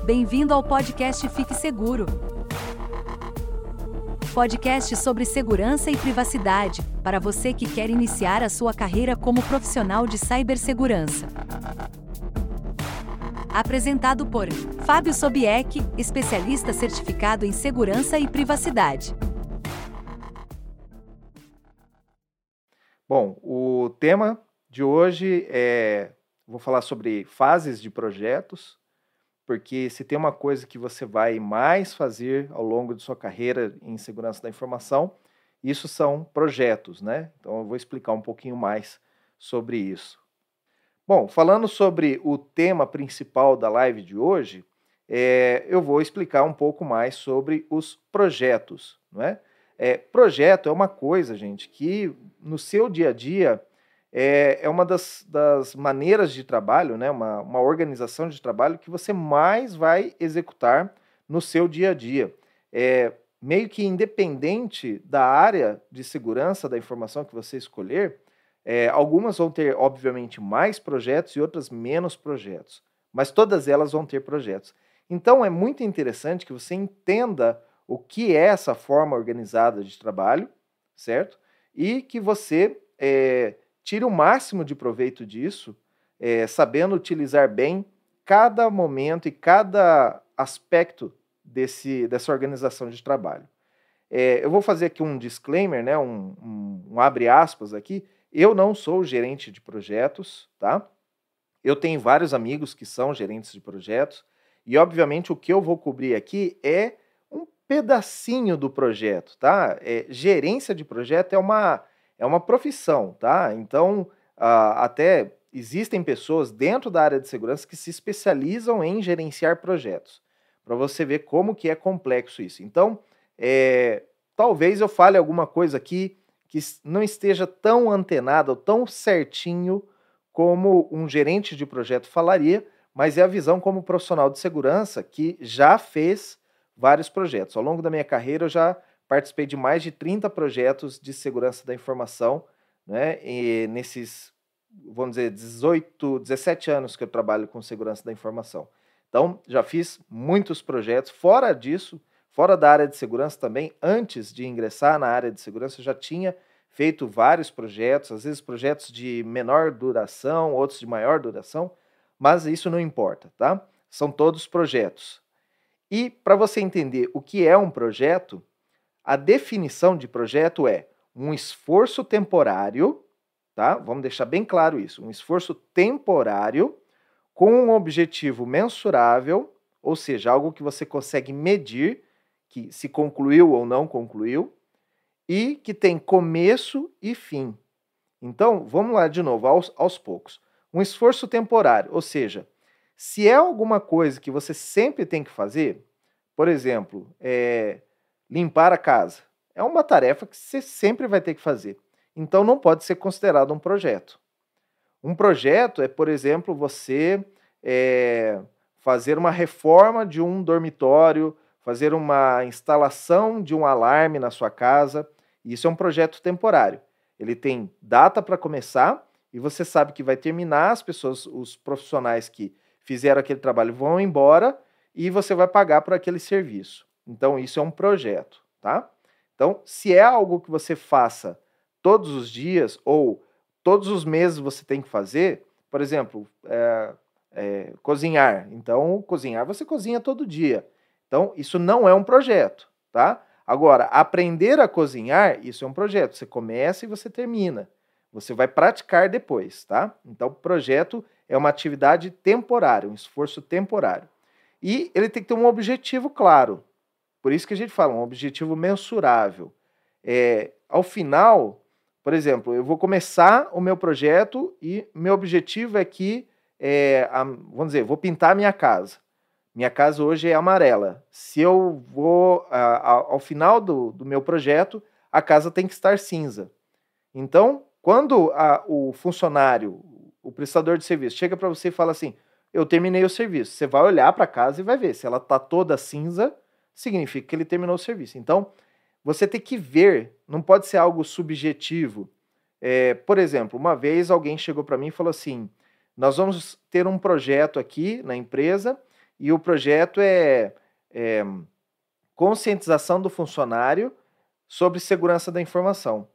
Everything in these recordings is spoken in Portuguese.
Bem-vindo ao podcast Fique Seguro. Podcast sobre segurança e privacidade, para você que quer iniciar a sua carreira como profissional de cibersegurança. Apresentado por Fábio Sobieck, especialista certificado em segurança e privacidade. Bom, o tema de hoje vou falar sobre fases de projetos, porque se tem uma coisa que você vai mais fazer ao longo de sua carreira em segurança da informação, isso são projetos, né? Então eu vou explicar um pouquinho mais sobre isso. Bom, falando sobre o tema principal da live de hoje, eu vou explicar um pouco mais sobre os projetos, não é? Projeto é uma coisa, gente, que no seu dia a dia é uma das maneiras de trabalho, né? Uma organização de trabalho que você mais vai executar no seu dia a dia. Meio que independente da área de segurança da informação que você escolher, algumas vão ter, obviamente, mais projetos e outras menos projetos, mas todas elas vão ter projetos. Então, é muito interessante que você entenda o que é essa forma organizada de trabalho, certo? E que você tire o máximo de proveito disso, sabendo utilizar bem cada momento e cada aspecto dessa organização de trabalho. Eu vou fazer aqui um disclaimer, né, um abre aspas aqui. Eu não sou gerente de projetos, tá? Eu tenho vários amigos que são gerentes de projetos e, obviamente, o que eu vou cobrir aqui é um pedacinho do projeto, tá? Gerência de projeto é uma profissão, tá? Então, até existem pessoas dentro da área de segurança que se especializam em gerenciar projetos, para você ver como que é complexo isso. Então, talvez eu fale alguma coisa aqui que não esteja tão antenado ou tão certinho como um gerente de projeto falaria, mas é a visão como profissional de segurança que já fez vários projetos. Ao longo da minha carreira, eu já participei de mais de 30 projetos de segurança da informação, né? E nesses, vamos dizer, 17 anos que eu trabalho com segurança da informação. Então, já fiz muitos projetos. Fora disso, fora da área de segurança também, antes de ingressar na área de segurança, eu já tinha feito vários projetos, às vezes projetos de menor duração, outros de maior duração, mas isso não importa, tá? São todos projetos. E para você entender o que é um projeto, a definição de projeto é um esforço temporário, tá? Vamos deixar bem claro isso, um esforço temporário com um objetivo mensurável, ou seja, algo que você consegue medir, que se concluiu ou não concluiu, e que tem começo e fim. Então, vamos lá de novo, aos poucos. Um esforço temporário, ou seja, se é alguma coisa que você sempre tem que fazer, por exemplo, limpar a casa, é uma tarefa que você sempre vai ter que fazer. Então, não pode ser considerado um projeto. Um projeto é, por exemplo, você fazer uma reforma de um dormitório, fazer uma instalação de um alarme na sua casa. Isso é um projeto temporário. Ele tem data para começar e você sabe que vai terminar, as pessoas, os profissionais que fizeram aquele trabalho vão embora e você vai pagar por aquele serviço. Então, isso é um projeto, tá? Então, se é algo que você faça todos os dias ou todos os meses você tem que fazer, por exemplo, cozinhar. Então, cozinhar você cozinha todo dia. Então, isso não é um projeto, tá? Agora, aprender a cozinhar, isso é um projeto. Você começa e você termina. Você vai praticar depois, tá? Então, projeto é uma atividade temporária, um esforço temporário. E ele tem que ter um objetivo claro. Por isso que a gente fala, um objetivo mensurável. Ao final, por exemplo, eu vou começar o meu projeto e meu objetivo é que, vamos dizer, vou pintar a minha casa. Minha casa hoje é amarela. Se eu vou, ao final do meu projeto, a casa tem que estar cinza. Então, quando o funcionário, o prestador de serviço, chega para você e fala assim, eu terminei o serviço, você vai olhar para a casa e vai ver. Se ela está toda cinza, significa que ele terminou o serviço. Então, você tem que ver, não pode ser algo subjetivo. Por exemplo, uma vez alguém chegou para mim e falou assim, nós vamos ter um projeto aqui na empresa e o projeto é conscientização do funcionário sobre segurança da informação.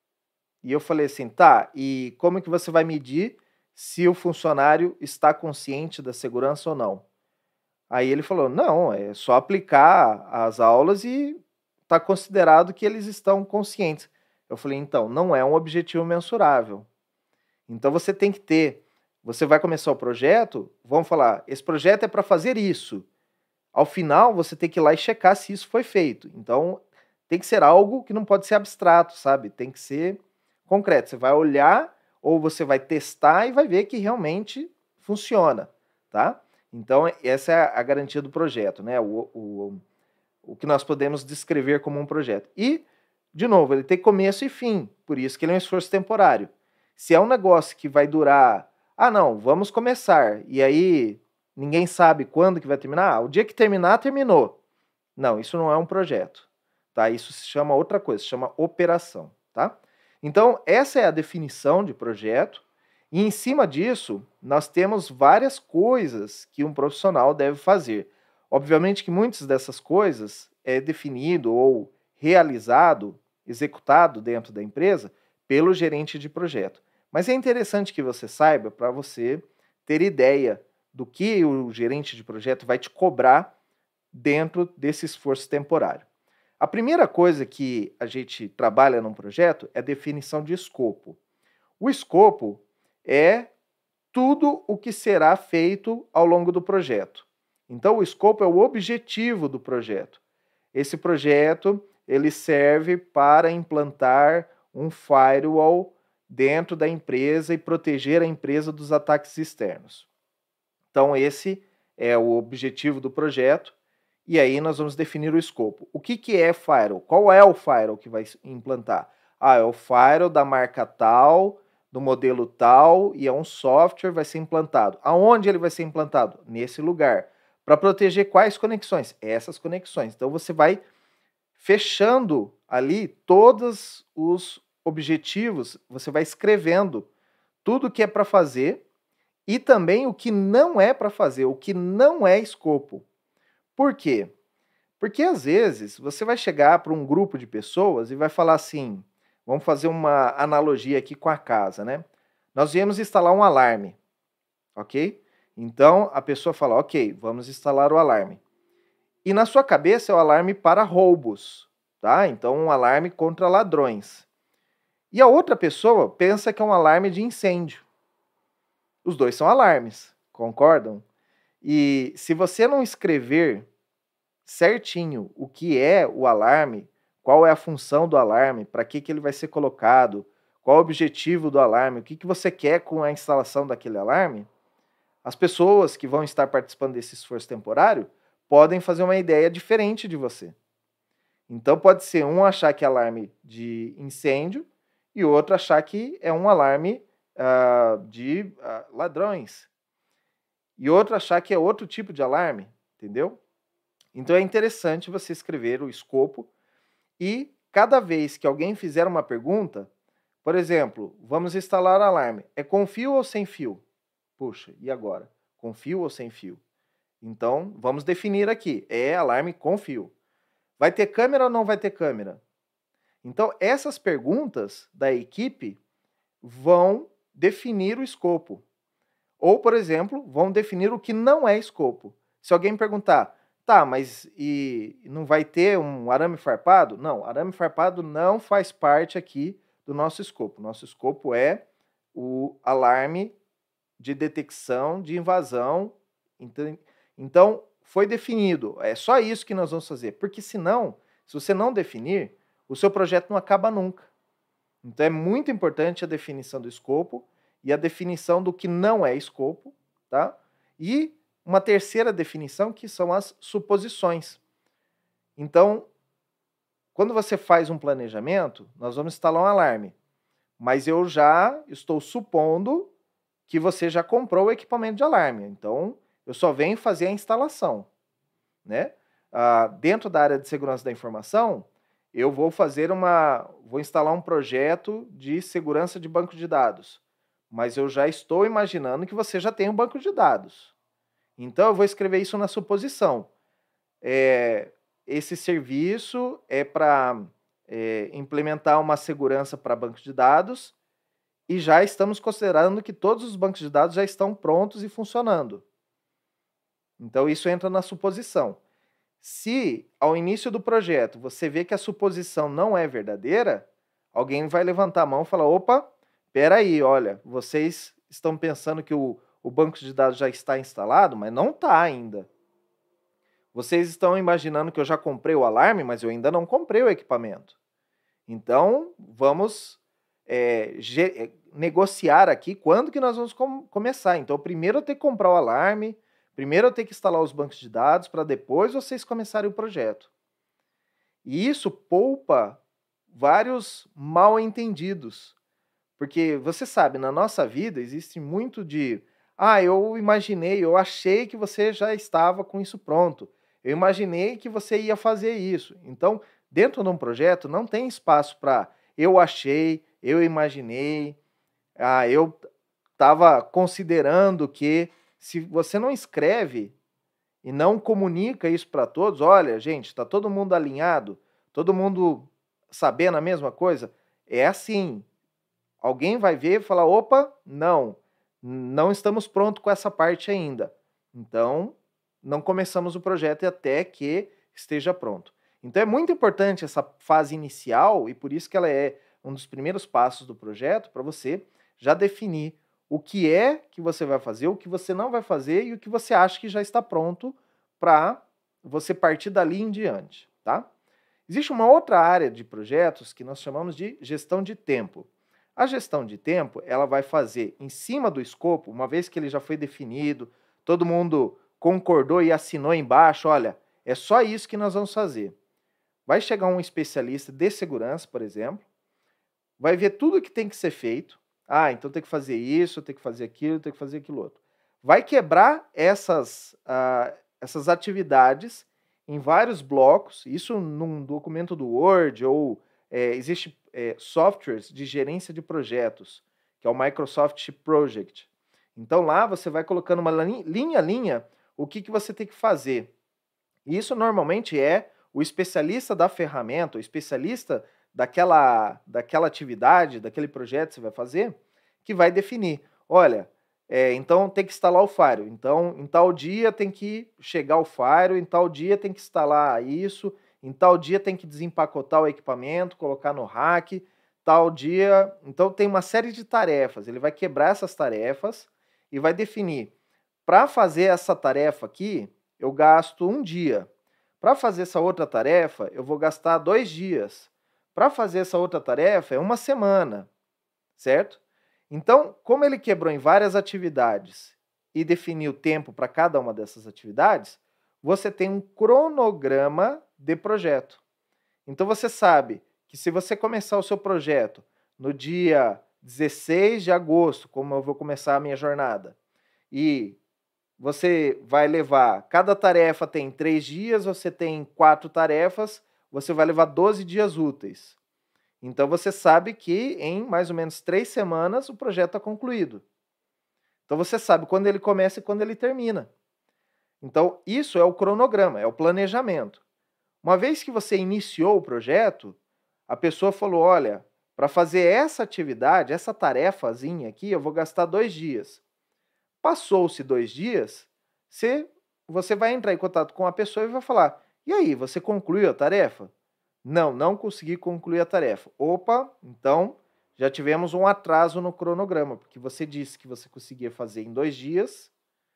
E eu falei assim, tá, e como que você vai medir se o funcionário está consciente da segurança ou não? Aí ele falou, não, é só aplicar as aulas e está considerado que eles estão conscientes. Eu falei, então, não é um objetivo mensurável. Então você tem que ter, você vai começar o projeto, vamos falar, esse projeto é para fazer isso. Ao final, você tem que ir lá e checar se isso foi feito. Então, tem que ser algo que não pode ser abstrato, sabe? Tem que ser concreto. Você vai olhar ou você vai testar e vai ver que realmente funciona, tá? Então, essa é a garantia do projeto, né? O que nós podemos descrever como um projeto. E, de novo, ele tem começo e fim, por isso que ele é um esforço temporário. Se é um negócio que vai durar, não, vamos começar, e aí ninguém sabe quando que vai terminar, o dia que terminar, terminou. Não, isso não é um projeto, tá? Isso se chama outra coisa, se chama operação, tá? Então, essa é a definição de projeto, e em cima disso, nós temos várias coisas que um profissional deve fazer. Obviamente que muitas dessas coisas é definido ou realizado, executado dentro da empresa pelo gerente de projeto. Mas é interessante que você saiba para você ter ideia do que o gerente de projeto vai te cobrar dentro desse esforço temporário. A primeira coisa que a gente trabalha num projeto é a definição de escopo. O escopo é tudo o que será feito ao longo do projeto. Então, o escopo é o objetivo do projeto. Esse projeto ele serve para implantar um firewall dentro da empresa e proteger a empresa dos ataques externos. Então, esse é o objetivo do projeto. E aí nós vamos definir o escopo. O que é firewall? Qual é o firewall que vai implantar? É o firewall da marca tal, do modelo tal, e é um software vai ser implantado. Aonde ele vai ser implantado? Nesse lugar. Para proteger quais conexões? Essas conexões. Então você vai fechando ali todos os objetivos, você vai escrevendo tudo o que é para fazer e também o que não é para fazer, o que não é escopo. Por quê? Porque às vezes você vai chegar para um grupo de pessoas e vai falar assim, vamos fazer uma analogia aqui com a casa, né? Nós viemos instalar um alarme, ok? Então a pessoa fala, ok, vamos instalar o alarme. E na sua cabeça é o alarme para roubos, tá? Então um alarme contra ladrões. E a outra pessoa pensa que é um alarme de incêndio. Os dois são alarmes, concordam? E se você não escrever certinho o que é o alarme, qual é a função do alarme, para que ele vai ser colocado, qual o objetivo do alarme, o que você quer com a instalação daquele alarme, as pessoas que vão estar participando desse esforço temporário podem fazer uma ideia diferente de você. Então pode ser um achar que é alarme de incêndio e outro achar que é um alarme de ladrões. E outro achar que é outro tipo de alarme, entendeu? Então é interessante você escrever o escopo e cada vez que alguém fizer uma pergunta, por exemplo, vamos instalar o alarme, é com fio ou sem fio? Puxa, e agora? Com fio ou sem fio? Então, vamos definir aqui, é alarme com fio. Vai ter câmera ou não vai ter câmera? Então, essas perguntas da equipe vão definir o escopo. Ou, por exemplo, vão definir o que não é escopo. Se alguém perguntar, tá, mas e não vai ter um arame farpado? Não, arame farpado não faz parte aqui do nosso escopo. Nosso escopo é o alarme de detecção de invasão. Então, foi definido. É só isso que nós vamos fazer. Porque senão, se você não definir, o seu projeto não acaba nunca. Então, é muito importante a definição do escopo e a definição do que não é escopo, tá? E uma terceira definição que são as suposições. Então, quando você faz um planejamento, nós vamos instalar um alarme, mas eu já estou supondo que você já comprou o equipamento de alarme, então eu só venho fazer a instalação, né? Dentro da área de segurança da informação, eu vou instalar um projeto de segurança de banco de dados, mas eu já estou imaginando que você já tem um banco de dados. Então, eu vou escrever isso na suposição. Esse serviço é para implementar uma segurança para banco de dados e já estamos considerando que todos os bancos de dados já estão prontos e funcionando. Então, isso entra na suposição. Se, ao início do projeto, você vê que a suposição não é verdadeira, alguém vai levantar a mão e falar, opa, peraí, olha, vocês estão pensando que o banco de dados já está instalado, mas não está ainda. Vocês estão imaginando que eu já comprei o alarme, mas eu ainda não comprei o equipamento. Então, vamos negociar aqui quando que nós vamos começar. Então, primeiro eu tenho que comprar o alarme, primeiro eu tenho que instalar os bancos de dados para depois vocês começarem o projeto. E isso poupa vários mal entendidos. Porque você sabe, na nossa vida existe muito de eu imaginei, eu achei que você já estava com isso pronto. Eu imaginei que você ia fazer isso. Então, dentro de um projeto não tem espaço para eu achei, eu imaginei, eu estava considerando que. Se você não escreve e não comunica isso para todos, olha, gente, está todo mundo alinhado, todo mundo sabendo a mesma coisa, é assim. Alguém vai ver e falar, opa, não estamos prontos com essa parte ainda. Então, não começamos o projeto até que esteja pronto. Então, é muito importante essa fase inicial e por isso que ela é um dos primeiros passos do projeto para você já definir o que é que você vai fazer, o que você não vai fazer e o que você acha que já está pronto para você partir dali em diante, tá? Existe uma outra área de projetos que nós chamamos de gestão de tempo. A gestão de tempo, ela vai fazer em cima do escopo, uma vez que ele já foi definido, todo mundo concordou e assinou embaixo, olha, é só isso que nós vamos fazer. Vai chegar um especialista de segurança, por exemplo, vai ver tudo que tem que ser feito. Então tem que fazer isso, tem que fazer aquilo, tem que fazer aquilo outro. Vai quebrar essas atividades em vários blocos, isso num documento do Word ou existe softwares de gerência de projetos, que é o Microsoft Project. Então lá você vai colocando uma linha a linha o que você tem que fazer. E isso normalmente é o especialista da ferramenta, o especialista daquela atividade, daquele projeto que você vai fazer, que vai definir. Olha, então tem que instalar o Firewall. Então, em tal dia tem que chegar o Firewall, em tal dia tem que instalar isso, em tal dia tem que desempacotar o equipamento, colocar no rack, tal dia... Então, tem uma série de tarefas. Ele vai quebrar essas tarefas e vai definir. Para fazer essa tarefa aqui, eu gasto 1 dia. Para fazer essa outra tarefa, eu vou gastar 2 dias. Para fazer essa outra tarefa, é 1 semana, certo? Então, como ele quebrou em várias atividades e definiu tempo para cada uma dessas atividades, você tem um cronograma de projeto. Então, você sabe que se você começar o seu projeto no dia 16 de agosto, como eu vou começar a minha jornada, e você vai levar, cada tarefa tem 3 dias, você tem 4 tarefas, você vai levar 12 dias úteis. Então, você sabe que em mais ou menos 3 semanas o projeto está concluído. Então, você sabe quando ele começa e quando ele termina. Então, isso é o cronograma, é o planejamento. Uma vez que você iniciou o projeto, a pessoa falou, olha, para fazer essa atividade, essa tarefazinha aqui, eu vou gastar 2 dias. Passou-se 2 dias, você vai entrar em contato com a pessoa e vai falar, e aí, você concluiu a tarefa? Não consegui concluir a tarefa. Opa, então já tivemos um atraso no cronograma, porque você disse que você conseguia fazer em 2 dias,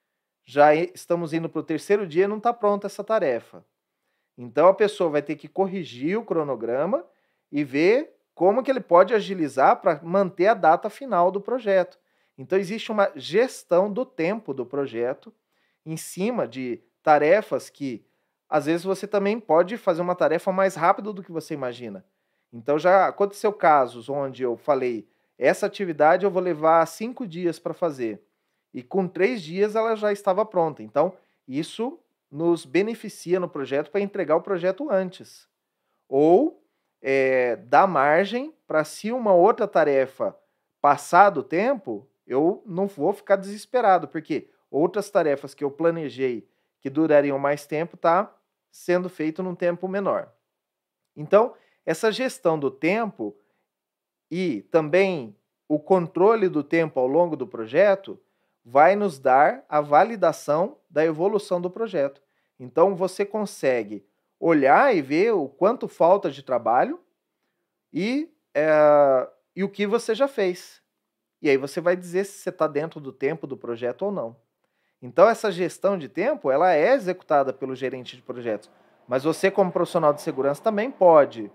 já estamos indo para o 3º dia e não está pronta essa tarefa. Então a pessoa vai ter que corrigir o cronograma e ver como que ele pode agilizar para manter a data final do projeto. Então existe uma gestão do tempo do projeto em cima de tarefas que às vezes você também pode fazer uma tarefa mais rápido do que você imagina. Então já aconteceu casos onde eu falei, essa atividade eu vou levar 5 dias para fazer. E com 3 dias ela já estava pronta. Então isso nos beneficia no projeto para entregar o projeto antes. Ou dá margem para se uma outra tarefa passar do tempo, eu não vou ficar desesperado, porque outras tarefas que eu planejei que durariam mais tempo está sendo feito num tempo menor. Então, essa gestão do tempo e também o controle do tempo ao longo do projeto vai nos dar a validação da evolução do projeto. Então, você consegue olhar e ver o quanto falta de trabalho e o que você já fez. E aí você vai dizer se você está dentro do tempo do projeto ou não. Então, essa gestão de tempo, ela é executada pelo gerente de projetos. Mas você, como profissional de segurança, também pode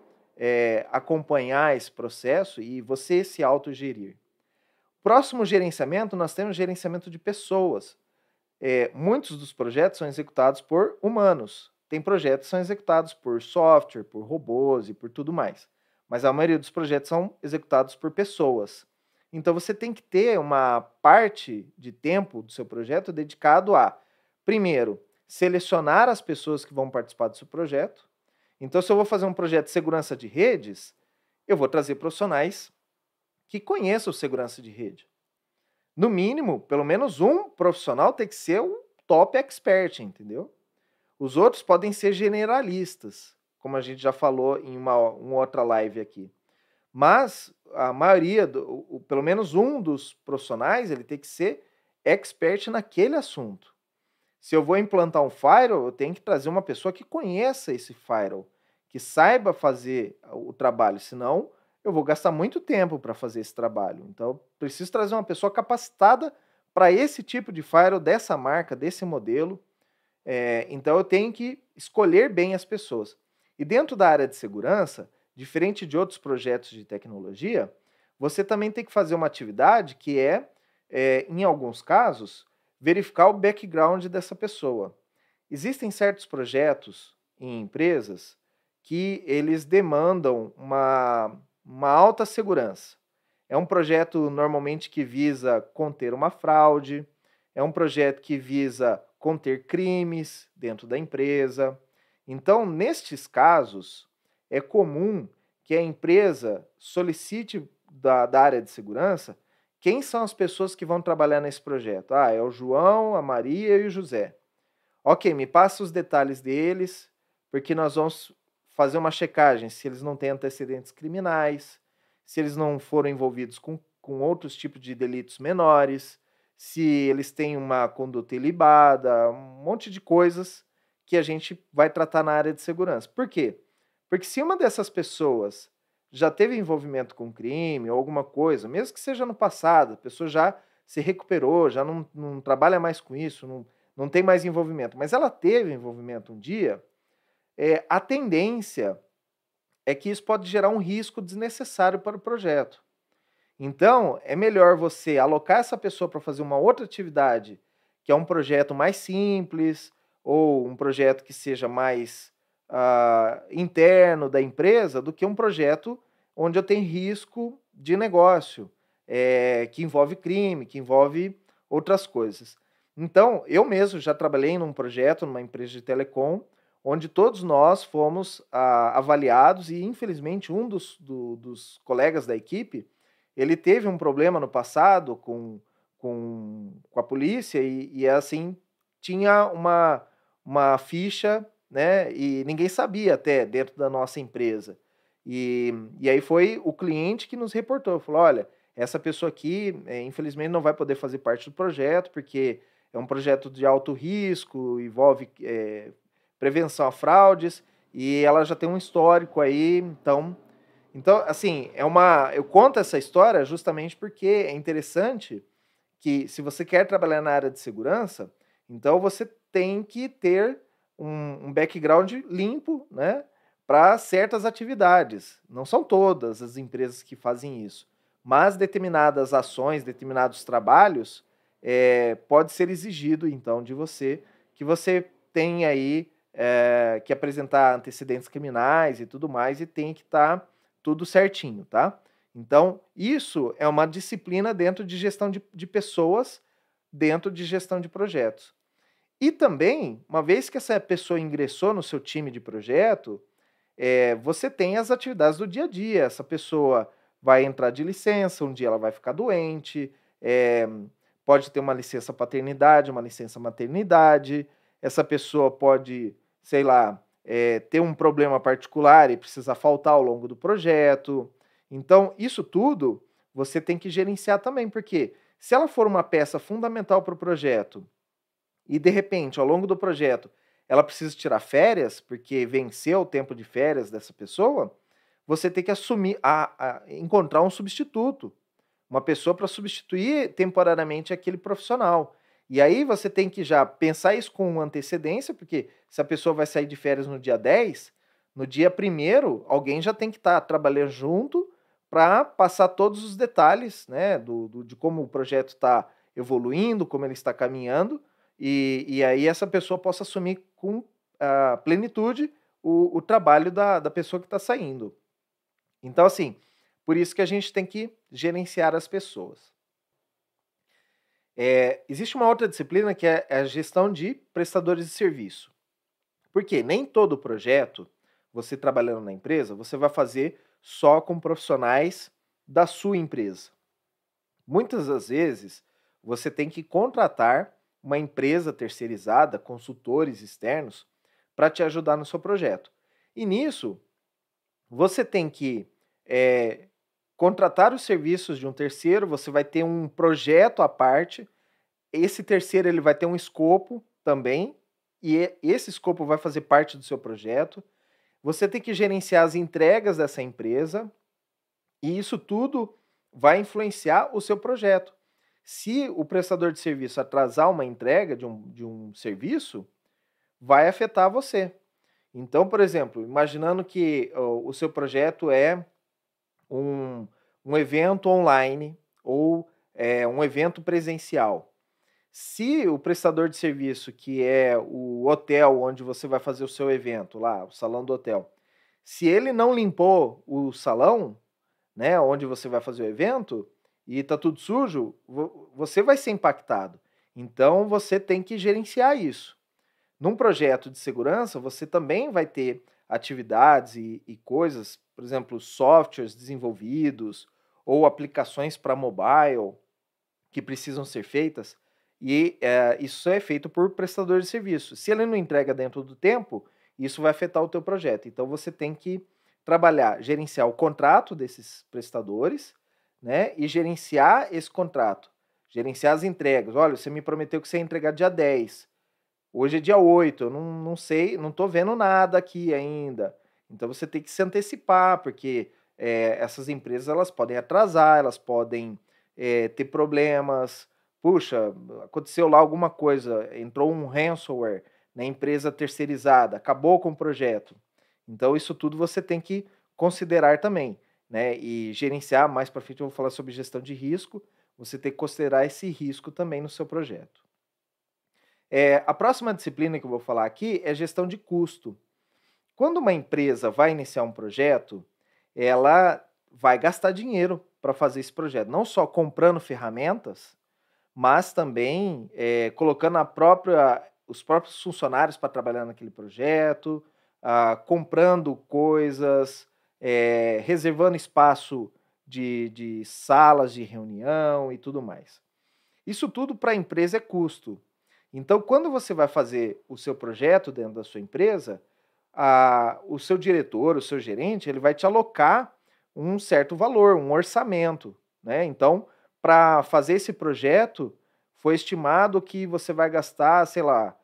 acompanhar esse processo e você se autogerir. Próximo gerenciamento, nós temos gerenciamento de pessoas. Muitos dos projetos são executados por humanos. Tem projetos que são executados por software, por robôs e por tudo mais. Mas a maioria dos projetos são executados por pessoas. Então, você tem que ter uma parte de tempo do seu projeto dedicado a, primeiro, selecionar as pessoas que vão participar do seu projeto. Então, se eu vou fazer um projeto de segurança de redes, eu vou trazer profissionais que conheçam segurança de rede. No mínimo, pelo menos um profissional tem que ser um top expert, entendeu? Os outros podem ser generalistas, como a gente já falou em uma outra live aqui. Mas a maioria, pelo menos um dos profissionais, ele tem que ser expert naquele assunto. Se eu vou implantar um firewall, eu tenho que trazer uma pessoa que conheça esse firewall, que saiba fazer o trabalho, senão eu vou gastar muito tempo para fazer esse trabalho. Então, eu preciso trazer uma pessoa capacitada para esse tipo de firewall, dessa marca, desse modelo. Então, eu tenho que escolher bem as pessoas. E dentro da área de segurança, diferente de outros projetos de tecnologia, você também tem que fazer uma atividade que em alguns casos, verificar o background dessa pessoa. Existem certos projetos em empresas que eles demandam uma alta segurança. É um projeto normalmente que visa conter uma fraude, é um projeto que visa conter crimes dentro da empresa. Então, nestes casos, é comum que a empresa solicite da área de segurança quem são as pessoas que vão trabalhar nesse projeto. É o João, a Maria e o José. Ok, me passa os detalhes deles, porque nós vamos fazer uma checagem se eles não têm antecedentes criminais, se eles não foram envolvidos com outros tipos de delitos menores, se eles têm uma conduta ilibada, um monte de coisas que a gente vai tratar na área de segurança. Por quê? Porque se uma dessas pessoas já teve envolvimento com crime ou alguma coisa, mesmo que seja no passado, a pessoa já se recuperou, já não trabalha mais com isso, não tem mais envolvimento, mas ela teve envolvimento um dia, a tendência é que isso pode gerar um risco desnecessário para o projeto. Então, é melhor você alocar essa pessoa para fazer uma outra atividade, que é um projeto mais simples, ou um projeto que seja mais interno da empresa, do que um projeto onde eu tenho risco de negócio, que envolve crime, que envolve outras coisas. Então, eu mesmo já trabalhei num projeto, numa empresa de telecom, onde todos nós fomos avaliados e, infelizmente, um dos colegas da equipe, ele teve um problema no passado com a polícia e assim, tinha uma ficha, né, e ninguém sabia até dentro da nossa empresa. E aí foi o cliente que nos reportou, falou, olha, essa pessoa aqui, infelizmente, não vai poder fazer parte do projeto, porque é um projeto de alto risco, envolve prevenção a fraudes, e ela já tem um histórico aí, então assim, eu conto essa história justamente porque é interessante que, se você quer trabalhar na área de segurança, então você tem que ter um background limpo, né, para certas atividades. Não são todas as empresas que fazem isso, mas determinadas ações, determinados trabalhos, pode ser exigido, então, de você, que você tenha aí que apresentar antecedentes criminais e tudo mais, e tem que estar tudo certinho, tá? Então, isso é uma disciplina dentro de gestão de pessoas, dentro de gestão de projetos. E também, uma vez que essa pessoa ingressou no seu time de projeto, você tem as atividades do dia a dia. Essa pessoa vai entrar de licença, um dia ela vai ficar doente, pode ter uma licença paternidade, uma licença maternidade, essa pessoa pode, sei lá, ter um problema particular e precisar faltar ao longo do projeto. Então, isso tudo você tem que gerenciar também, porque se ela for uma peça fundamental para o projeto e, de repente, ao longo do projeto, ela precisa tirar férias, porque venceu o tempo de férias dessa pessoa, você tem que assumir, encontrar um substituto, uma pessoa para substituir temporariamente aquele profissional. E aí você tem que já pensar isso com antecedência, porque se a pessoa vai sair de férias no dia 10, no dia 1º, alguém já tem que estar trabalhando junto para passar todos os detalhes, né, de como o projeto está evoluindo, como ele está caminhando, e aí essa pessoa possa assumir com plenitude o trabalho da pessoa que está saindo. Então, assim, por isso que a gente tem que gerenciar as pessoas. Existe uma outra disciplina que é a gestão de prestadores de serviço. Porque nem todo projeto, você trabalhando na empresa, você vai fazer só com profissionais da sua empresa. Muitas das vezes, você tem que contratar uma empresa terceirizada, consultores externos, para te ajudar no seu projeto. E nisso, você tem que contratar os serviços de um terceiro, você vai ter um projeto à parte, esse terceiro ele vai ter um escopo também, e esse escopo vai fazer parte do seu projeto. Você tem que gerenciar as entregas dessa empresa, e isso tudo vai influenciar o seu projeto. Se o prestador de serviço atrasar uma entrega de um serviço, vai afetar você. Então, por exemplo, imaginando que o seu projeto é um evento online ou um evento presencial. Se o prestador de serviço, que é o hotel onde você vai fazer o seu evento, lá, o salão do hotel, se ele não limpou o salão, né, onde você vai fazer o evento, e está tudo sujo, você vai ser impactado. Então, você tem que gerenciar isso. Num projeto de segurança, você também vai ter atividades e coisas, por exemplo, softwares desenvolvidos ou aplicações para mobile que precisam ser feitas, e isso é feito por prestador de serviço. Se ele não entrega dentro do tempo, isso vai afetar o teu projeto. Então, você tem que trabalhar, gerenciar o contrato desses prestadores, né, e gerenciar esse contrato, gerenciar as entregas. Olha, você me prometeu que você ia entregar dia 10. Hoje é dia 8, eu não sei, não estou vendo nada aqui ainda. Então você tem que se antecipar, porque essas empresas elas podem atrasar, elas podem ter problemas. Puxa, aconteceu lá alguma coisa, entrou um ransomware na empresa terceirizada, acabou com o projeto. Então isso tudo você tem que considerar também, né? E gerenciar, mais para frente eu vou falar sobre gestão de risco, você tem que considerar esse risco também no seu projeto. A próxima disciplina que eu vou falar aqui é gestão de custo. Quando uma empresa vai iniciar um projeto, ela vai gastar dinheiro para fazer esse projeto, não só comprando ferramentas, mas também colocando os próprios funcionários para trabalhar naquele projeto, comprando coisas, reservando espaço de salas de reunião e tudo mais. Isso tudo para a empresa é custo. Então, quando você vai fazer o seu projeto dentro da sua empresa, o seu diretor, o seu gerente, ele vai te alocar um certo valor, um orçamento, né? Então, para fazer esse projeto, foi estimado que você vai gastar, sei lá,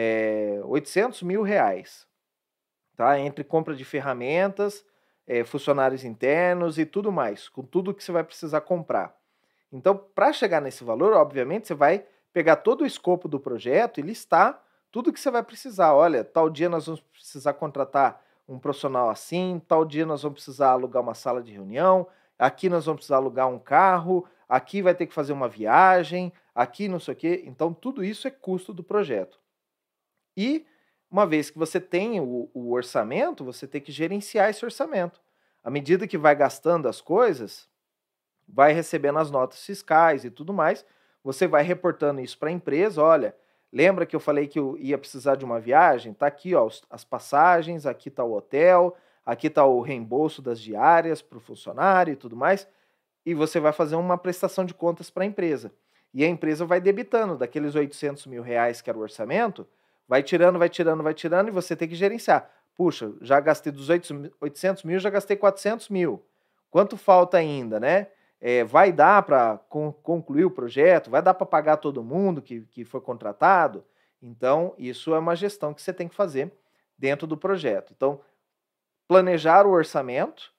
800 mil reais, tá? Entre compra de ferramentas, funcionários internos e tudo mais, com tudo que você vai precisar comprar. Então, para chegar nesse valor, obviamente, você vai pegar todo o escopo do projeto e listar tudo que você vai precisar. Olha, tal dia nós vamos precisar contratar um profissional assim, tal dia nós vamos precisar alugar uma sala de reunião, aqui nós vamos precisar alugar um carro, aqui vai ter que fazer uma viagem, aqui não sei o quê. Então, tudo isso é custo do projeto. E, uma vez que você tem o orçamento, você tem que gerenciar esse orçamento. À medida que vai gastando as coisas, vai recebendo as notas fiscais e tudo mais, você vai reportando isso para a empresa. Olha, lembra que eu falei que eu ia precisar de uma viagem? Está aqui, ó, as passagens, aqui está o hotel, aqui está o reembolso das diárias para o funcionário e tudo mais, e você vai fazer uma prestação de contas para a empresa. E a empresa vai debitando daqueles R$ 800.000 que era o orçamento, vai tirando, vai tirando, vai tirando, e você tem que gerenciar. Puxa, já gastei dos 800 mil, já gastei 400 mil. Quanto falta ainda, né? Vai dar para concluir o projeto? Vai dar para pagar todo mundo que foi contratado? Então, isso é uma gestão que você tem que fazer dentro do projeto. Então, planejar o orçamento,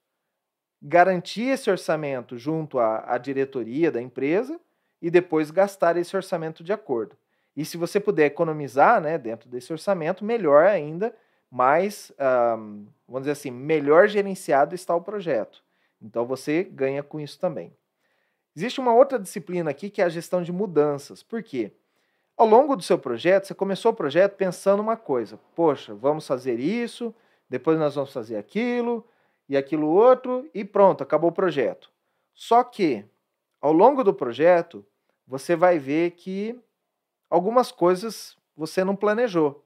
garantir esse orçamento junto à diretoria da empresa e depois gastar esse orçamento de acordo. E se você puder economizar, né, dentro desse orçamento, melhor ainda, mais, vamos dizer assim, melhor gerenciado está o projeto. Então você ganha com isso também. Existe uma outra disciplina aqui que é a gestão de mudanças. Por quê? Ao longo do seu projeto, você começou o projeto pensando uma coisa. Poxa, vamos fazer isso, depois nós vamos fazer aquilo e aquilo outro e pronto, acabou o projeto. Só que, ao longo do projeto, você vai ver que algumas coisas você não planejou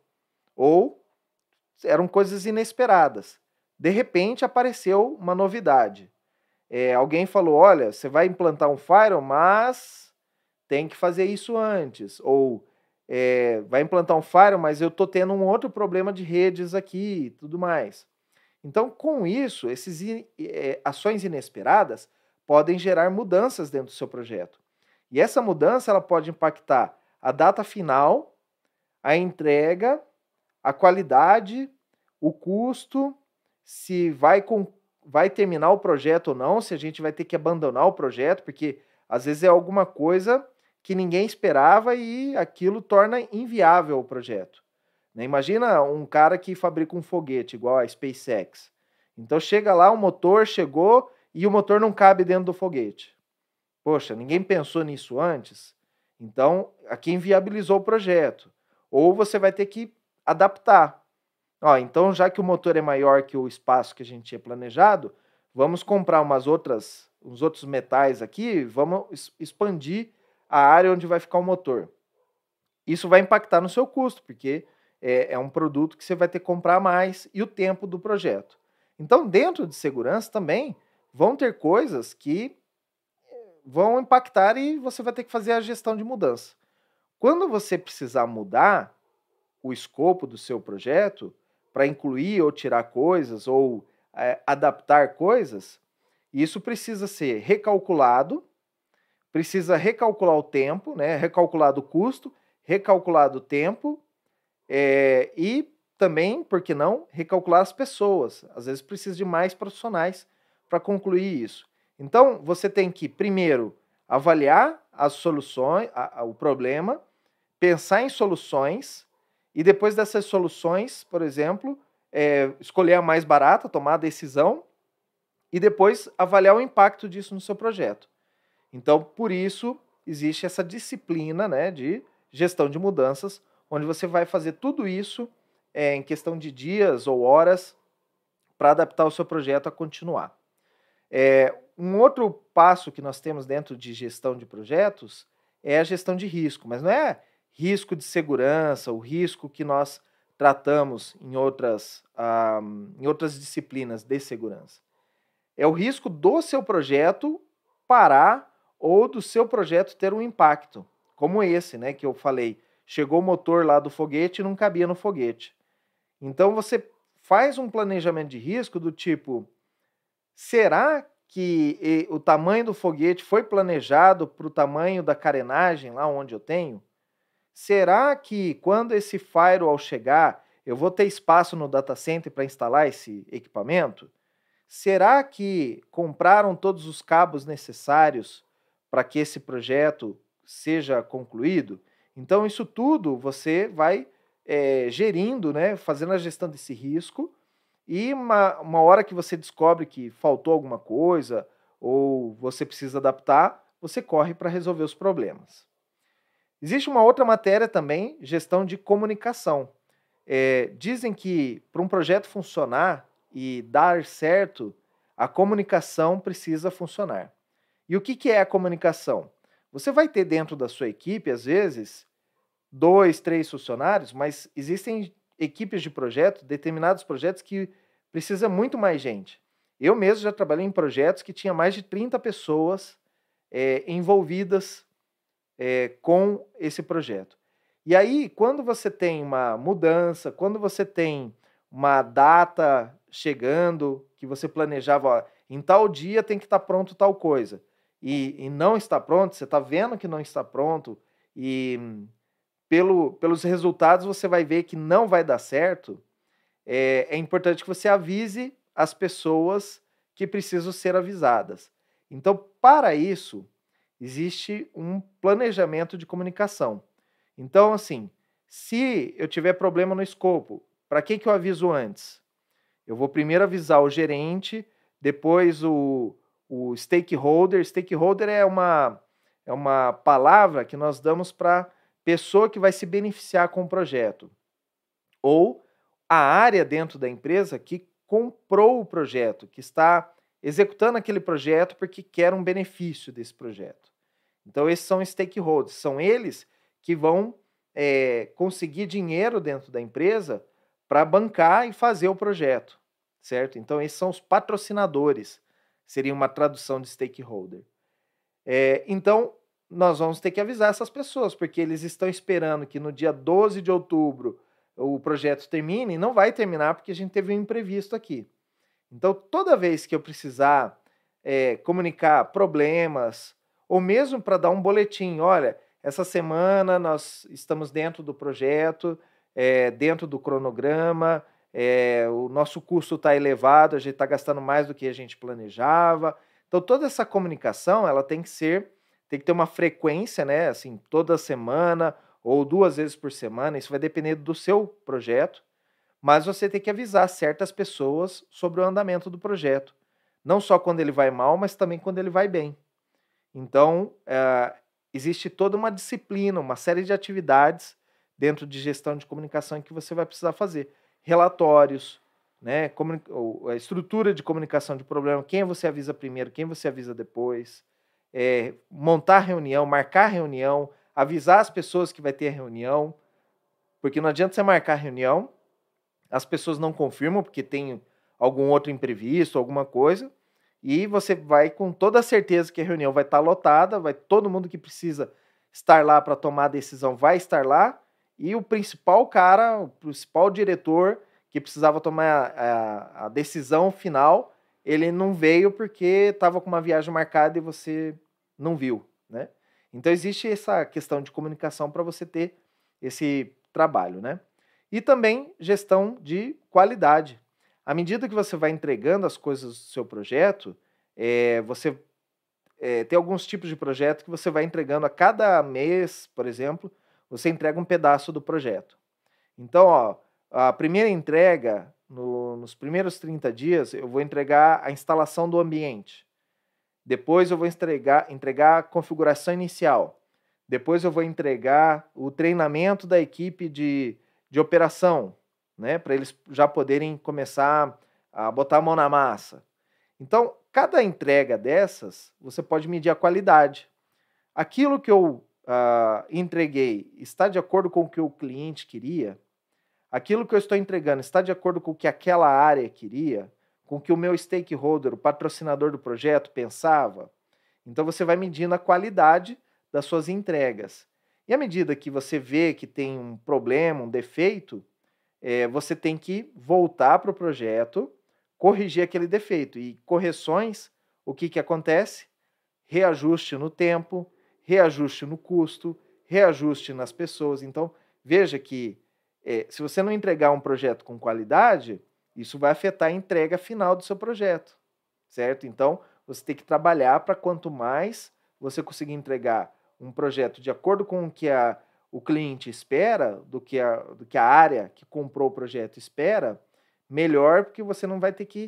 ou eram coisas inesperadas. De repente apareceu uma novidade. Alguém falou, olha, você vai implantar um firewall, mas tem que fazer isso antes. Ou vai implantar um firewall, mas eu estou tendo um outro problema de redes aqui e tudo mais. Então, com isso, essas ações inesperadas podem gerar mudanças dentro do seu projeto. E essa mudança ela pode impactar a data final, a entrega, a qualidade, o custo, se vai terminar o projeto ou não, se a gente vai ter que abandonar o projeto, porque às vezes é alguma coisa que ninguém esperava e aquilo torna inviável o projeto. Imagina um cara que fabrica um foguete igual a SpaceX. Então chega lá, o motor chegou e o motor não cabe dentro do foguete. Poxa, ninguém pensou nisso antes? Então, aqui inviabilizou o projeto. Ou você vai ter que adaptar. Então, já que o motor é maior que o espaço que a gente tinha planejado, vamos comprar uns outros metais aqui, vamos expandir a área onde vai ficar o motor. Isso vai impactar no seu custo, porque é um produto que você vai ter que comprar mais e o tempo do projeto. Então, dentro de segurança também vão ter coisas que vão impactar e você vai ter que fazer a gestão de mudança. Quando você precisar mudar o escopo do seu projeto para incluir ou tirar coisas ou adaptar coisas, isso precisa ser recalculado, precisa recalcular o tempo, né? Recalculado o custo, recalculado o tempo e também, por que não, recalcular as pessoas. Às vezes precisa de mais profissionais para concluir isso. Então, você tem que, primeiro, avaliar as soluções, o problema, pensar em soluções e depois dessas soluções, por exemplo, escolher a mais barata, tomar a decisão e depois avaliar o impacto disso no seu projeto. Então, por isso, existe essa disciplina, né, de gestão de mudanças, onde você vai fazer tudo isso em questão de dias ou horas para adaptar o seu projeto a continuar. Um outro passo que nós temos dentro de gestão de projetos é a gestão de risco, mas não é risco de segurança, o risco que nós tratamos em outras disciplinas de segurança. É o risco do seu projeto parar ou do seu projeto ter um impacto, como esse, né, que eu falei. Chegou o motor lá do foguete e não cabia no foguete. Então você faz um planejamento de risco do tipo, será que o tamanho do foguete foi planejado para o tamanho da carenagem lá onde eu tenho? Será que quando esse firewall chegar, eu vou ter espaço no data center para instalar esse equipamento? Será que compraram todos os cabos necessários para que esse projeto seja concluído? Então, isso tudo você vai gerindo, né, fazendo a gestão desse risco, e uma hora que você descobre que faltou alguma coisa ou você precisa adaptar, você corre para resolver os problemas. Existe uma outra matéria também, gestão de comunicação. Dizem que para um projeto funcionar e dar certo, a comunicação precisa funcionar. E o que é a comunicação? Você vai ter dentro da sua equipe, às vezes, 2, 3 funcionários, mas existem equipes de projeto, determinados projetos que precisa muito mais gente. Eu mesmo já trabalhei em projetos que tinha mais de 30 pessoas envolvidas com esse projeto. E aí, quando você tem uma mudança, quando você tem uma data chegando, que você planejava, ó, em tal dia tem que estar pronto tal coisa, e não está pronto, você está vendo que não está pronto, e pelos resultados você vai ver que não vai dar certo, é importante que você avise as pessoas que precisam ser avisadas. Então, para isso, existe um planejamento de comunicação. Então, assim, se eu tiver problema no escopo, para quem que eu aviso antes? Eu vou primeiro avisar o gerente, depois o stakeholder. Stakeholder é uma palavra que nós damos para pessoa que vai se beneficiar com o projeto, ou a área dentro da empresa que comprou o projeto, que está executando aquele projeto porque quer um benefício desse projeto. Então, esses são stakeholders, são eles que vão conseguir dinheiro dentro da empresa para bancar e fazer o projeto, certo? Então, esses são os patrocinadores, seria uma tradução de stakeholder. Então, nós vamos ter que avisar essas pessoas, porque eles estão esperando que no dia 12 de outubro o projeto termine, e não vai terminar porque a gente teve um imprevisto aqui. Então, toda vez que eu precisar comunicar problemas, ou mesmo para dar um boletim, olha, essa semana nós estamos dentro do projeto, dentro do cronograma, o nosso custo está elevado, a gente está gastando mais do que a gente planejava. Então, toda essa comunicação ela tem que ter uma frequência, né? Assim, toda semana ou 2 vezes por semana, isso vai depender do seu projeto, mas você tem que avisar certas pessoas sobre o andamento do projeto. Não só quando ele vai mal, mas também quando ele vai bem. Então, existe toda uma disciplina, uma série de atividades dentro de gestão de comunicação que você vai precisar fazer. Relatórios, né, a estrutura de comunicação de problema, quem você avisa primeiro, quem você avisa depois, montar reunião, marcar reunião, avisar as pessoas que vai ter reunião, porque não adianta você marcar reunião, as pessoas não confirmam porque tem algum outro imprevisto, alguma coisa, e você vai com toda a certeza que a reunião vai estar lotada, vai todo mundo que precisa estar lá para tomar a decisão vai estar lá, e o principal cara, o principal diretor que precisava tomar a decisão final, ele não veio porque estava com uma viagem marcada e você não viu, né? Então existe essa questão de comunicação para você ter esse trabalho, né? E também gestão de qualidade. À medida que você vai entregando as coisas do seu projeto, você tem alguns tipos de projeto que você vai entregando a cada mês, por exemplo, você entrega um pedaço do projeto. Então, ó, a primeira entrega, nos primeiros 30 dias, eu vou entregar a instalação do ambiente. Depois eu vou entregar a configuração inicial. Depois eu vou entregar o treinamento da equipe de operação, né, para eles já poderem começar a botar a mão na massa. Então, cada entrega dessas, você pode medir a qualidade. Aquilo que eu entreguei está de acordo com o que o cliente queria? Aquilo que eu estou entregando está de acordo com o que aquela área queria? Com o que o meu stakeholder, o patrocinador do projeto, pensava? Então, você vai medindo a qualidade das suas entregas. E à medida que você vê que tem um problema, um defeito, você tem que voltar para o projeto, corrigir aquele defeito. E correções, o que acontece? Reajuste no tempo, reajuste no custo, reajuste nas pessoas. Então, veja que se você não entregar um projeto com qualidade, isso vai afetar a entrega final do seu projeto, certo? Então, você tem que trabalhar para quanto mais você conseguir entregar um projeto de acordo com o que o cliente espera, do que a área que comprou o projeto espera, melhor, porque você não vai ter que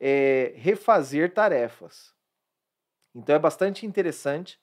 refazer tarefas. Então, é bastante interessante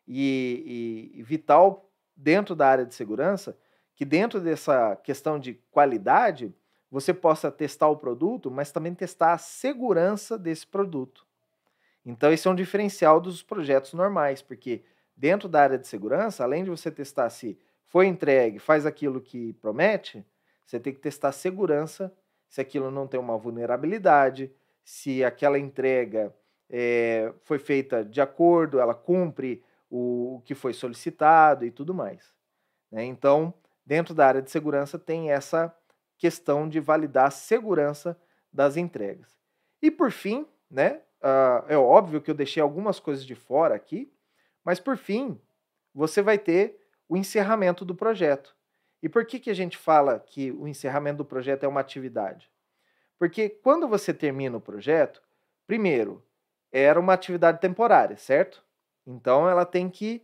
e vital dentro da área de segurança que dentro dessa questão de qualidade, você possa testar o produto, mas também testar a segurança desse produto. Então, esse é um diferencial dos projetos normais, porque dentro da área de segurança, além de você testar se foi entregue, faz aquilo que promete, você tem que testar a segurança, se aquilo não tem uma vulnerabilidade, se aquela entrega foi feita de acordo, ela cumpre o que foi solicitado e tudo mais, né? Então, dentro da área de segurança tem essa questão de validar a segurança das entregas. E por fim, né, é óbvio que eu deixei algumas coisas de fora aqui, mas por fim, você vai ter o encerramento do projeto. E por que a gente fala que o encerramento do projeto é uma atividade? Porque quando você termina o projeto, primeiro, era uma atividade temporária, certo? Então ela tem que,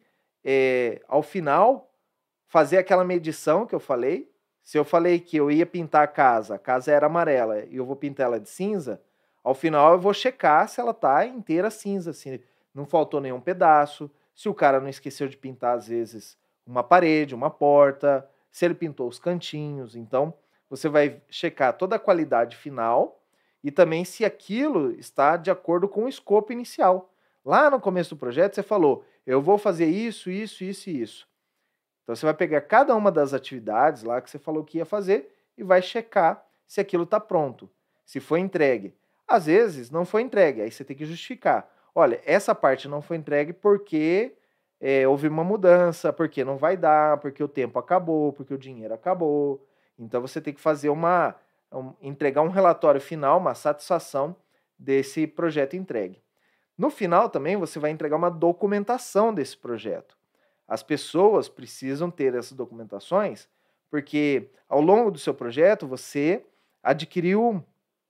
ao final, fazer aquela medição que eu falei. Se eu falei que eu ia pintar a casa era amarela e eu vou pintar ela de cinza, ao final eu vou checar se ela está inteira cinza, se não faltou nenhum pedaço, se o cara não esqueceu de pintar, às vezes, uma parede, uma porta, se ele pintou os cantinhos. Então, você vai checar toda a qualidade final e também se aquilo está de acordo com o escopo inicial. Lá no começo do projeto, você falou, eu vou fazer isso, isso, isso e isso. Então, você vai pegar cada uma das atividades lá que você falou que ia fazer e vai checar se aquilo está pronto, se foi entregue. Às vezes, não foi entregue, aí você tem que justificar. Olha, essa parte não foi entregue porque houve uma mudança, porque não vai dar, porque o tempo acabou, porque o dinheiro acabou. Então, você tem que fazer entregar um relatório final, uma satisfação desse projeto entregue. No final também, você vai entregar uma documentação desse projeto. As pessoas precisam ter essas documentações porque ao longo do seu projeto você adquiriu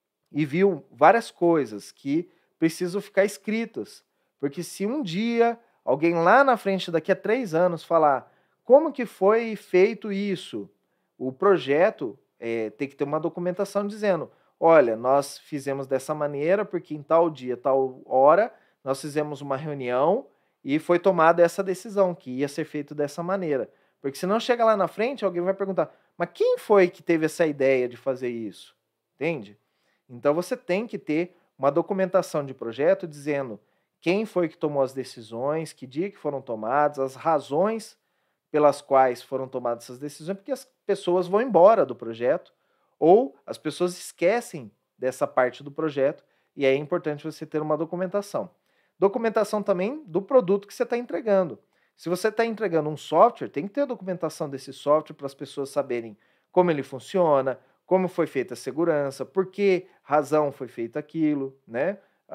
e viu várias coisas que precisam ficar escritas. Porque se um dia alguém lá na frente, daqui a 3 anos, falar como que foi feito isso, o projeto tem que ter uma documentação dizendo, olha, nós fizemos dessa maneira porque em tal dia, tal hora, nós fizemos uma reunião e foi tomada essa decisão, que ia ser feito dessa maneira. Porque senão chega lá na frente, alguém vai perguntar, mas quem foi que teve essa ideia de fazer isso? Entende? Então você tem que ter uma documentação de projeto dizendo quem foi que tomou as decisões, que dia que foram tomadas, as razões pelas quais foram tomadas essas decisões, porque as pessoas vão embora do projeto ou as pessoas esquecem dessa parte do projeto e é importante você ter uma documentação. Documentação também do produto que você está entregando. Se você está entregando um software, tem que ter a documentação desse software para as pessoas saberem como ele funciona, como foi feita a segurança, por que razão foi feito aquilo, né?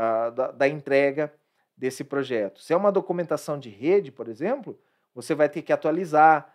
Da entrega desse projeto. Se é uma documentação de rede, por exemplo, você vai ter que atualizar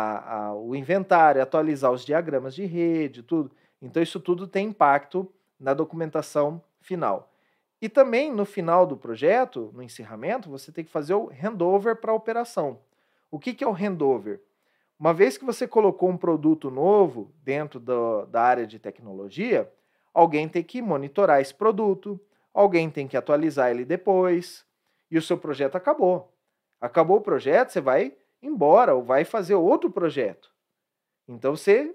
o inventário, atualizar os diagramas de rede, tudo. Então, isso tudo tem impacto na documentação final. E também, no final do projeto, no encerramento, você tem que fazer o handover para a operação. O que é o handover? Uma vez que você colocou um produto novo dentro da área de tecnologia, alguém tem que monitorar esse produto, alguém tem que atualizar ele depois, e o seu projeto acabou. Acabou o projeto, você vai embora ou vai fazer outro projeto. Então você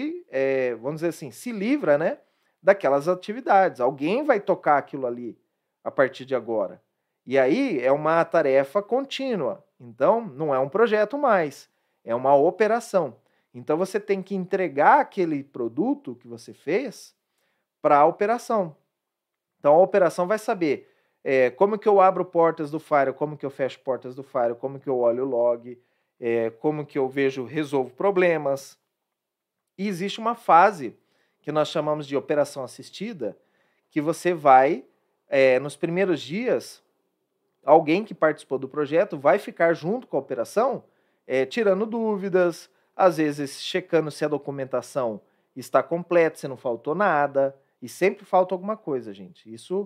vamos dizer assim, se livra, né, daquelas atividades. Alguém vai tocar aquilo ali a partir de agora. E aí é uma tarefa contínua. Então não é um projeto mais, é uma operação. Então você tem que entregar aquele produto que você fez para a operação. Então a operação vai saber como que eu abro portas do Firewall, como que eu fecho portas do Firewall, como que eu olho o log, como que eu resolvo problemas. E existe uma fase que nós chamamos de operação assistida, que você vai, nos primeiros dias, alguém que participou do projeto vai ficar junto com a operação, tirando dúvidas, às vezes checando se a documentação está completa, se não faltou nada, e sempre falta alguma coisa, gente. Isso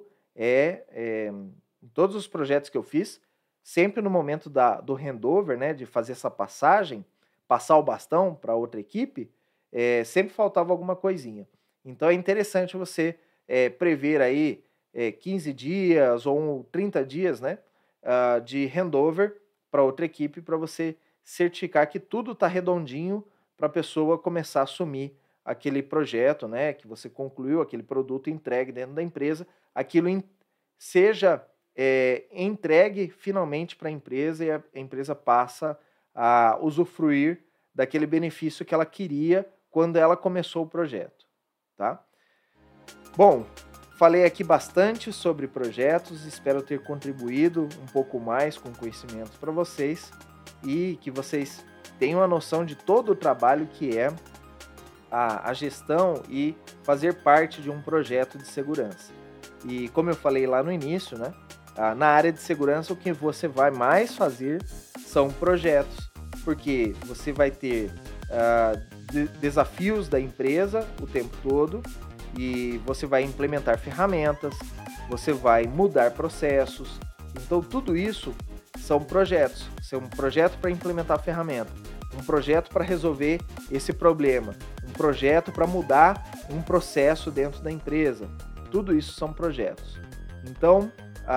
em todos os projetos que eu fiz, sempre no momento do handover, né, de fazer essa passagem, passar o bastão para outra equipe, sempre faltava alguma coisinha. Então é interessante você prever aí 15 dias ou 30 dias, né, de handover para outra equipe para você certificar que tudo está redondinho para a pessoa começar a assumir aquele projeto, né, que você concluiu, aquele produto entregue dentro da empresa, aquilo seja entregue finalmente para a empresa e a empresa passa a usufruir daquele benefício que ela queria quando ela começou o projeto, tá? Bom, Falei aqui bastante sobre projetos, espero ter contribuído um pouco mais com conhecimentos para vocês e que vocês tenham a noção de todo o trabalho que é a gestão e fazer parte de um projeto de segurança. E como eu falei lá no início, né, na área de segurança o que você vai mais fazer são projetos, porque você vai ter desafios da empresa o tempo todo e você vai implementar ferramentas, você vai mudar processos. Então tudo isso são projetos. São um projeto para implementar a ferramenta, um projeto para resolver esse problema, um projeto para mudar um processo dentro da empresa. Tudo isso são projetos. Então,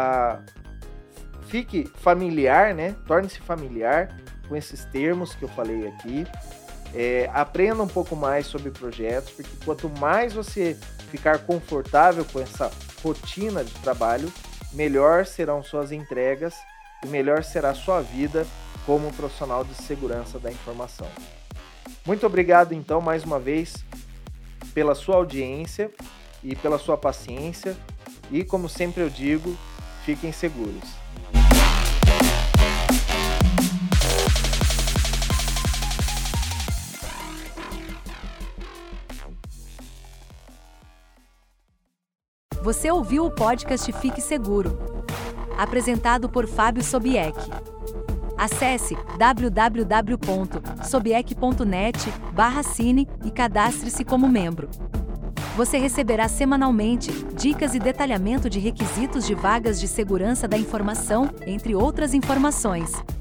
fique familiar, né? Torne-se familiar com esses termos que eu falei aqui. Aprenda um pouco mais sobre projetos, porque quanto mais você ficar confortável com essa rotina de trabalho, melhor serão suas entregas e melhor será a sua vida como profissional de segurança da informação. Muito obrigado, então, mais uma vez, pela sua audiência e pela sua paciência. E, como sempre eu digo, fiquem seguros. Você ouviu o podcast Fique Seguro, apresentado por Fábio Sobieck. Acesse www.sobieck.net/cine e cadastre-se como membro. Você receberá semanalmente dicas e detalhamento de requisitos de vagas de segurança da informação, entre outras informações.